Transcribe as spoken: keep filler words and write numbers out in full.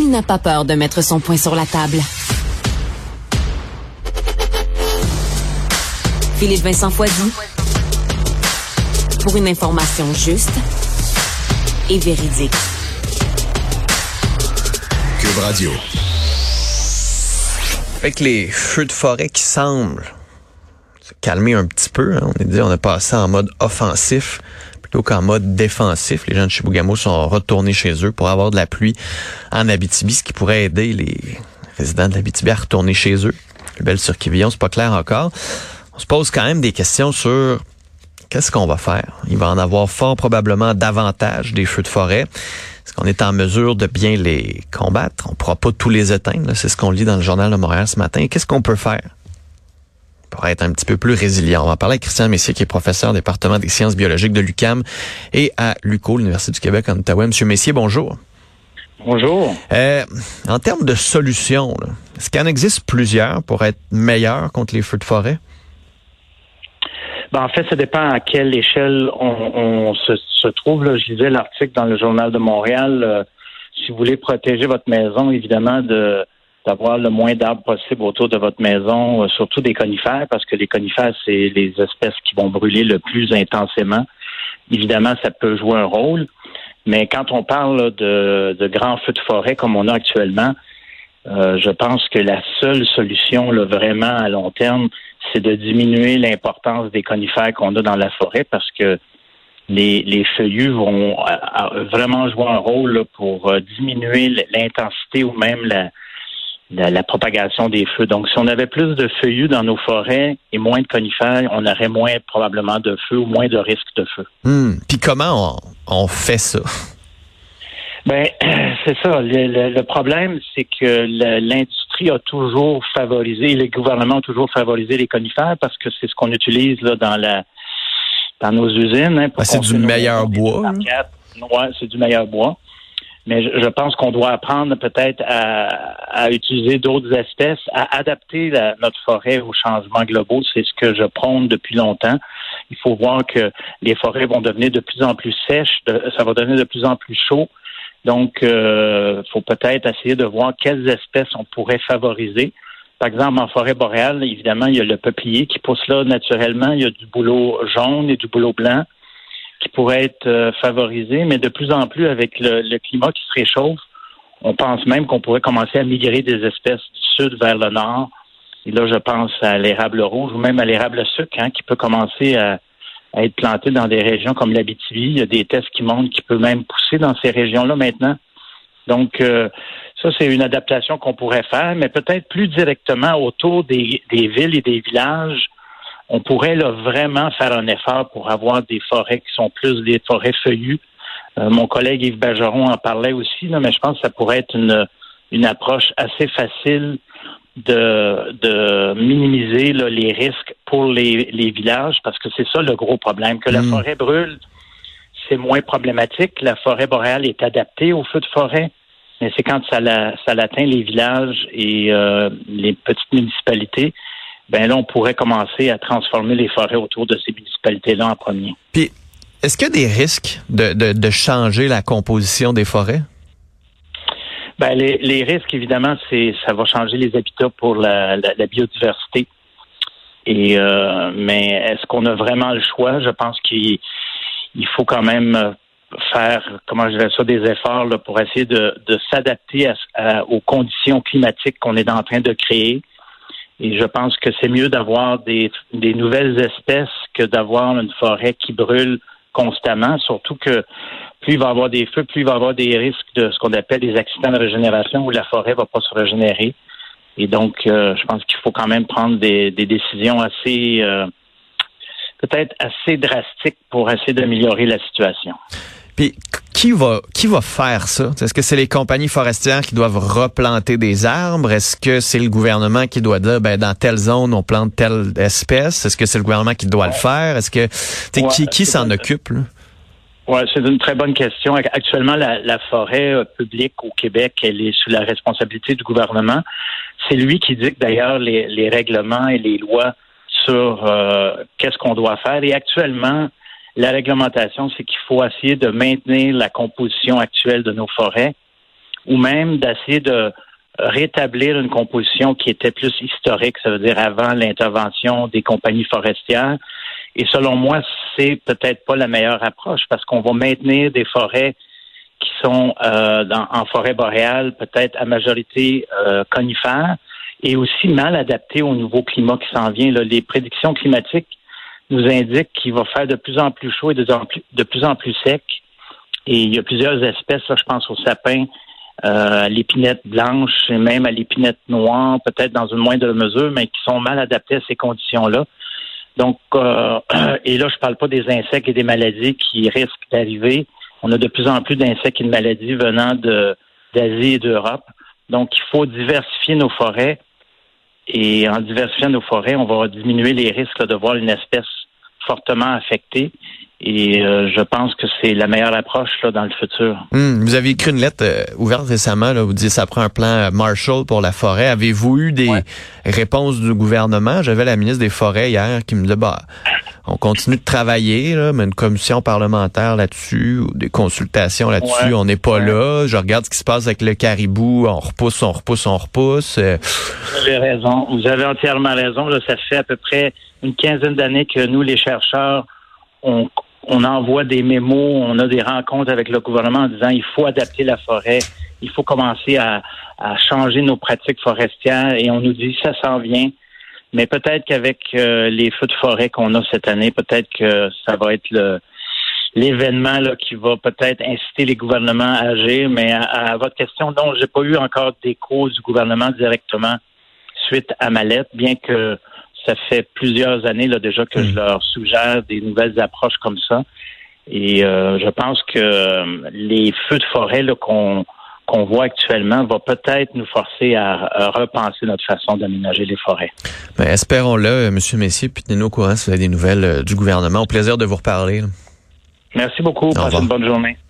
il n'a pas peur de mettre son poing sur la table. Philippe Vincent Foisy, pour une information juste et véridique. Cube Radio. Avec les feux de forêt qui semblent se calmer un petit peu, hein, on est dit, on est passé en mode offensif plutôt qu'en mode défensif. Les gens de Chibougamau sont retournés chez eux pour avoir de la pluie en Abitibi, ce qui pourrait aider les résidents de l'Abitibi à retourner chez eux. Le bel sur Quivillon, c'est pas clair encore. On se pose quand même des questions sur qu'est-ce qu'on va faire. Il va en avoir fort probablement davantage des feux de forêt. Est-ce qu'on est en mesure de bien les combattre? On ne pourra pas tous les éteindre. Là. C'est ce qu'on lit dans le Journal de Montréal ce matin. Qu'est-ce qu'on peut faire pour être un petit peu plus résilient? On va parler avec Christian Messier, qui est professeur au département des sciences biologiques de l'U Q A M et à l'U Q O, l'Université du Québec en Outaouais. Monsieur Messier, bonjour. Bonjour. Euh, en termes de solutions, là, est-ce qu'il en existe plusieurs pour être meilleur contre les feux de forêt? Ben, en fait, ça dépend à quelle échelle on, on se, se trouve. Là. Je lisais l'article dans le Journal de Montréal. Euh, si vous voulez protéger votre maison, évidemment, de d'avoir le moins d'arbres possible autour de votre maison, euh, surtout des conifères, parce que les conifères, c'est les espèces qui vont brûler le plus intensément. Évidemment, ça peut jouer un rôle. Mais quand on parle là, de, de grands feux de forêt comme on a actuellement, euh, je pense que la seule solution là, vraiment à long terme, c'est de diminuer l'importance des conifères qu'on a dans la forêt parce que les, les feuillus vont à, à vraiment jouer un rôle là, pour euh, diminuer l'intensité ou même la, la, la propagation des feux. Donc, si on avait plus de feuillus dans nos forêts et moins de conifères, on aurait moins probablement de feux ou moins de risques de feu. Hum. Puis comment on, on fait ça? Ben, c'est ça. Le, le, le problème, c'est que le, l'industrie a toujours favorisé, les gouvernements ont toujours favorisé les conifères parce que c'est ce qu'on utilise là dans la dans nos usines. Hein, pour ah, c'est du meilleur bois. Ouais, c'est du meilleur bois. Mais je, je pense qu'on doit apprendre peut-être à, à utiliser d'autres espèces, à adapter la, notre forêt aux changements globaux. C'est ce que je prône depuis longtemps. Il faut voir que les forêts vont devenir de plus en plus sèches, de, ça va devenir de plus en plus chaud. Donc, il euh, faut peut-être essayer de voir quelles espèces on pourrait favoriser. Par exemple, en forêt boréale, évidemment, il y a le peuplier qui pousse là naturellement. Il y a du bouleau jaune et du bouleau blanc qui pourraient être euh, favorisés. Mais de plus en plus, avec le, le climat qui se réchauffe, on pense même qu'on pourrait commencer à migrer des espèces du sud vers le nord. Et là, je pense à l'érable rouge ou même à l'érable sucre, hein, qui peut commencer à à être planté dans des régions comme l'Abitibi. Il y a des tests qui montrent qu'il peut même pousser dans ces régions-là maintenant. Donc, euh, ça, c'est une adaptation qu'on pourrait faire, mais peut-être plus directement autour des, des villes et des villages. On pourrait là, vraiment faire un effort pour avoir des forêts qui sont plus des forêts feuillues. Euh, mon collègue Yves Bergeron en parlait aussi, là, mais je pense que ça pourrait être une, une approche assez facile de, de minimiser là, les risques pour les, les villages, parce que c'est ça le gros problème. Que la mmh. forêt brûle, c'est moins problématique. La forêt boréale est adaptée aux feux de forêt, mais c'est quand ça, la, ça l'atteint les villages et euh, les petites municipalités, ben là, on pourrait commencer à transformer les forêts autour de ces municipalités-là en premier. Puis, est-ce qu'il y a des risques de, de, de changer la composition des forêts? Ben, les, les risques, évidemment, c'est ça va changer les habitats pour la, la, la biodiversité. Et euh, mais est-ce qu'on a vraiment le choix? Je pense qu'il il faut quand même faire, comment je dirais ça, des efforts là, pour essayer de, de s'adapter à, à, aux conditions climatiques qu'on est en train de créer. Et je pense que c'est mieux d'avoir des, des nouvelles espèces que d'avoir une forêt qui brûle constamment, surtout que plus il va y avoir des feux, plus il va y avoir des risques de ce qu'on appelle des accidents de régénération où la forêt va pas se régénérer. Et donc, euh, je pense qu'il faut quand même prendre des, des décisions assez, euh, peut-être assez drastiques pour essayer d'améliorer la situation. Puis, qui va qui va faire ça? Est-ce que c'est les compagnies forestières qui doivent replanter des arbres? Est-ce que c'est le gouvernement qui doit dire, ben dans telle zone, on plante telle espèce? Est-ce que c'est le gouvernement qui doit ouais. le faire? Est-ce que, ouais, qui, qui s'en occupe, là? Oui, c'est une très bonne question. Actuellement, la, la forêt euh, publique au Québec, elle est sous la responsabilité du gouvernement. C'est lui qui dicte d'ailleurs les, les règlements et les lois sur euh, qu'est-ce qu'on doit faire. Et actuellement, la réglementation, c'est qu'il faut essayer de maintenir la composition actuelle de nos forêts ou même d'essayer de rétablir une composition qui était plus historique, ça veut dire avant l'intervention des compagnies forestières. Et selon moi, c'est peut-être pas la meilleure approche parce qu'on va maintenir des forêts qui sont euh, dans, en forêt boréale, peut-être à majorité euh, conifères, et aussi mal adaptées au nouveau climat qui s'en vient. Là. Les prédictions climatiques nous indiquent qu'il va faire de plus en plus chaud et de plus en plus, de plus, en plus sec. Et il y a plusieurs espèces, là, je pense au sapin, Euh, à l'épinette blanche et même à l'épinette noire, peut-être dans une moindre mesure, mais qui sont mal adaptés à ces conditions-là. Donc, euh, et là, je parle pas des insectes et des maladies qui risquent d'arriver. On a de plus en plus d'insectes et de maladies venant de, d'Asie et d'Europe. Donc, il faut diversifier nos forêts. Et en diversifiant nos forêts, on va diminuer les risques là, de voir une espèce fortement affectée. Et euh, je pense que c'est la meilleure approche là, dans le futur. Hum, vous avez écrit une lettre euh, ouverte récemment, là, vous dites que ça prend un plan Marshall pour la forêt. Avez-vous eu des ouais. réponses du gouvernement? J'avais la ministre des Forêts hier qui me disait, bah, on continue de travailler, là, mais une commission parlementaire là-dessus, ou des consultations là-dessus, ouais. on n'est pas ouais. là. Je regarde ce qui se passe avec le caribou, on repousse, on repousse, on repousse. Euh... Vous avez raison, vous avez entièrement raison. Là, ça fait à peu près une quinzaine d'années que nous, les chercheurs, on On envoie des mémos, on a des rencontres avec le gouvernement en disant il faut adapter la forêt, il faut commencer à, à changer nos pratiques forestières et on nous dit ça s'en vient. Mais peut-être qu'avec euh, les feux de forêt qu'on a cette année, peut-être que ça va être le l'événement là, qui va peut-être inciter les gouvernements à agir. Mais à, à votre question, non, j'ai pas eu encore d'écho du gouvernement directement suite à ma lettre, bien que ça fait plusieurs années là déjà que mmh. je leur suggère des nouvelles approches comme ça. Et euh, je pense que euh, les feux de forêt là, qu'on qu'on voit actuellement va peut-être nous forcer à, à repenser notre façon d'aménager les forêts. Ben, espérons-le, M. Messier, puis tenez-nous au courant si vous avez des nouvelles euh, du gouvernement. Au plaisir de vous reparler. Là. Merci beaucoup. Passez une bonne journée.